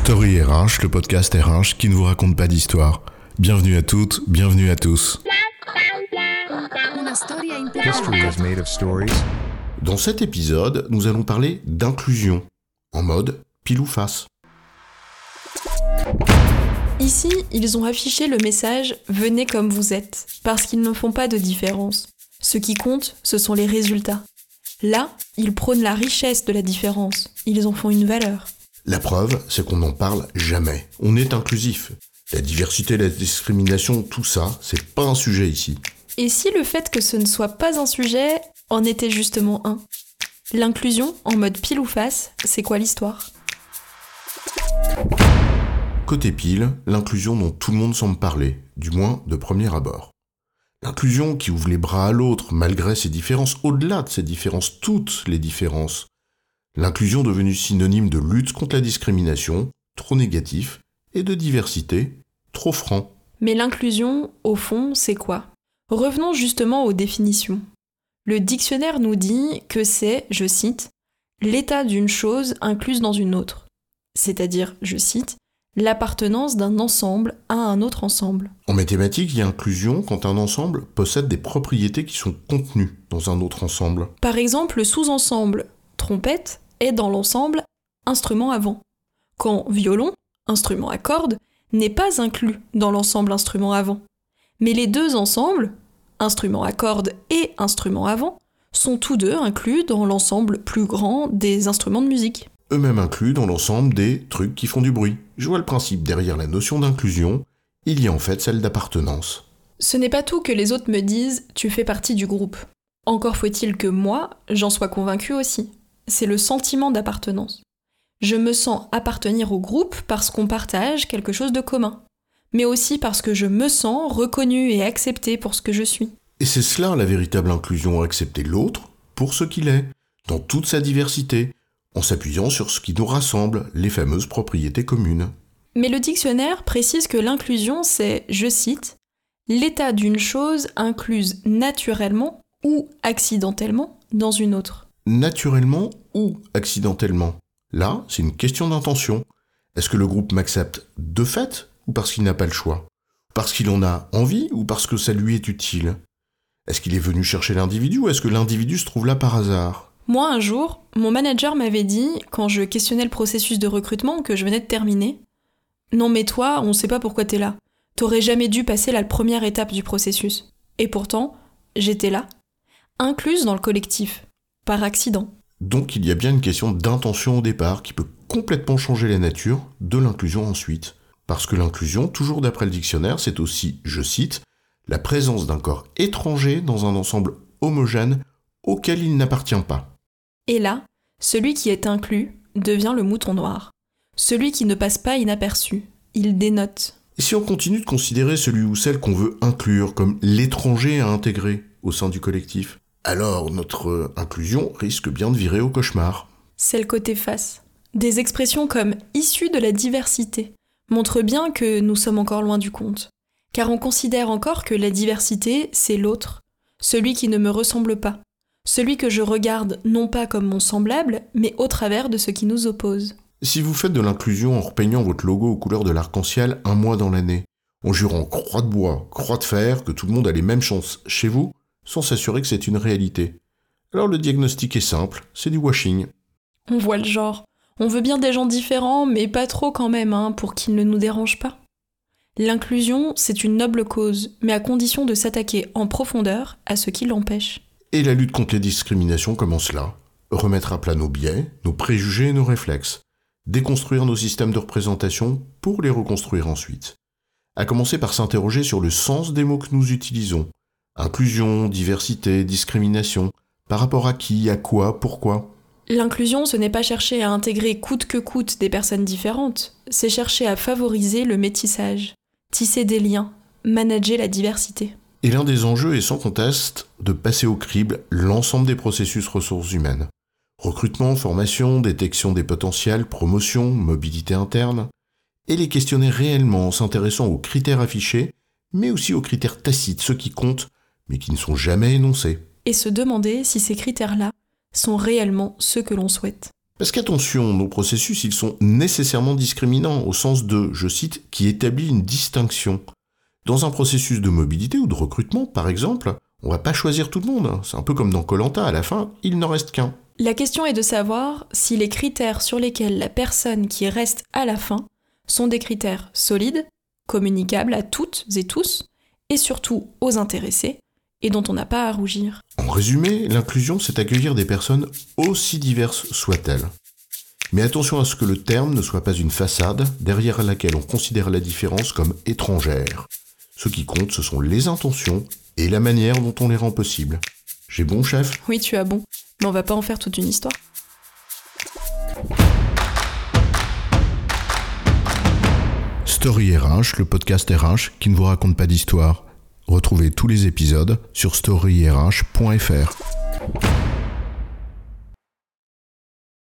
Story RH, le podcast RH qui ne vous raconte pas d'histoire. Bienvenue à toutes, bienvenue à tous. History is made of stories. Dans cet épisode, nous allons parler d'inclusion, en mode pile ou face. Ici, ils ont affiché le message « Venez comme vous êtes », parce qu'ils ne font pas de différence. Ce qui compte, ce sont les résultats. Là, ils prônent la richesse de la différence. Ils en font une valeur. La preuve, c'est qu'on n'en parle jamais. On est inclusif. La diversité, la discrimination, tout ça, c'est pas un sujet ici. Et si le fait que ce ne soit pas un sujet en était justement un ? L'inclusion, en mode pile ou face, c'est quoi l'histoire ? Côté pile, l'inclusion dont tout le monde semble parler, du moins de premier abord. L'inclusion qui ouvre les bras à l'autre, malgré ses différences, au-delà de ses différences, toutes les différences. L'inclusion devenue synonyme de lutte contre la discrimination, trop négatif, et de diversité, trop franc. Mais l'inclusion, au fond, c'est quoi ? Revenons justement aux définitions. Le dictionnaire nous dit que c'est, je cite, « l'état d'une chose incluse dans une autre », c'est-à-dire, je cite, « l'appartenance d'un ensemble à un autre ensemble ». En mathématiques, il y a inclusion quand un ensemble possède des propriétés qui sont contenues dans un autre ensemble. Par exemple, le sous-ensemble « trompette » est dans l'ensemble « instrument avant », quand « violon », instrument à cordes, n'est pas inclus dans l'ensemble « instrument avant ». Mais les deux ensembles, instrument à cordes et instrument avant, sont tous deux inclus dans l'ensemble plus grand des instruments de musique. Eux-mêmes inclus dans l'ensemble des trucs qui font du bruit. Je vois le principe derrière la notion d'inclusion, il y a en fait celle d'appartenance. Ce n'est pas tout que les autres me disent « tu fais partie du groupe ». Encore faut-il que moi, j'en sois convaincue aussi. C'est le sentiment d'appartenance. Je me sens appartenir au groupe parce qu'on partage quelque chose de commun, mais aussi parce que je me sens reconnue et acceptée pour ce que je suis. Et c'est cela la véritable inclusion, accepter l'autre pour ce qu'il est, dans toute sa diversité, en s'appuyant sur ce qui nous rassemble, les fameuses propriétés communes. Mais le dictionnaire précise que l'inclusion, c'est, je cite, « l'état d'une chose incluse naturellement ou accidentellement dans une autre ». Naturellement ou accidentellement. Là, c'est une question d'intention. Est-ce que le groupe m'accepte de fait ou parce qu'il n'a pas le choix ? Parce qu'il en a envie ou parce que ça lui est utile ? Est-ce qu'il est venu chercher l'individu ou est-ce que l'individu se trouve là par hasard ? Moi, un jour, mon manager m'avait dit, quand je questionnais le processus de recrutement que je venais de terminer, « Non mais toi, on sait pas pourquoi t'es là. T'aurais jamais dû passer la première étape du processus. » Et pourtant, j'étais là, incluse dans le collectif, par accident. Donc il y a bien une question d'intention au départ qui peut complètement changer la nature de l'inclusion ensuite. Parce que l'inclusion, toujours d'après le dictionnaire, c'est aussi, je cite, « la présence d'un corps étranger dans un ensemble homogène auquel il n'appartient pas ». Et là, celui qui est inclus devient le mouton noir. Celui qui ne passe pas inaperçu. Il dénote. Et si on continue de considérer celui ou celle qu'on veut inclure comme l'étranger à intégrer au sein du collectif, alors notre inclusion risque bien de virer au cauchemar. C'est le côté face. Des expressions comme « issu de la diversité » montrent bien que nous sommes encore loin du compte. Car on considère encore que la diversité, c'est l'autre, celui qui ne me ressemble pas, celui que je regarde non pas comme mon semblable, mais au travers de ce qui nous oppose. Si vous faites de l'inclusion en repeignant votre logo aux couleurs de l'arc-en-ciel un mois dans l'année, en jurant croix de bois, croix de fer, que tout le monde a les mêmes chances chez vous, sans s'assurer que c'est une réalité, alors le diagnostic est simple, c'est du washing. On voit le genre. On veut bien des gens différents, mais pas trop quand même, pour qu'ils ne nous dérangent pas. L'inclusion, c'est une noble cause, mais à condition de s'attaquer en profondeur à ce qui l'empêche. Et la lutte contre les discriminations commence là. Remettre à plat nos biais, nos préjugés et nos réflexes. Déconstruire nos systèmes de représentation pour les reconstruire ensuite. À commencer par s'interroger sur le sens des mots que nous utilisons. Inclusion, diversité, discrimination. Par rapport à qui, à quoi, pourquoi ? L'inclusion, ce n'est pas chercher à intégrer coûte que coûte des personnes différentes, c'est chercher à favoriser le métissage, tisser des liens, manager la diversité. Et l'un des enjeux est sans conteste de passer au crible l'ensemble des processus ressources humaines. Recrutement, formation, détection des potentiels, promotion, mobilité interne, et les questionner réellement en s'intéressant aux critères affichés, mais aussi aux critères tacites, ceux qui comptent, mais qui ne sont jamais énoncés. Et se demander si ces critères-là sont réellement ceux que l'on souhaite. Parce qu'attention, nos processus, ils sont nécessairement discriminants au sens de, je cite, qui établit une distinction. Dans un processus de mobilité ou de recrutement, par exemple, on va pas choisir tout le monde. C'est un peu comme dans Koh-Lanta, à la fin, il n'en reste qu'un. La question est de savoir si les critères sur lesquels la personne qui reste à la fin sont des critères solides, communicables à toutes et tous, et surtout aux intéressés, et dont on n'a pas à rougir. En résumé, l'inclusion, c'est accueillir des personnes aussi diverses soient-elles. Mais attention à ce que le terme ne soit pas une façade derrière laquelle on considère la différence comme étrangère. Ce qui compte, ce sont les intentions et la manière dont on les rend possibles. J'ai bon, chef ? Oui, tu as bon, mais on va pas en faire toute une histoire. Story RH, le podcast RH qui ne vous raconte pas d'histoire. Retrouvez tous les épisodes sur storyrh.fr.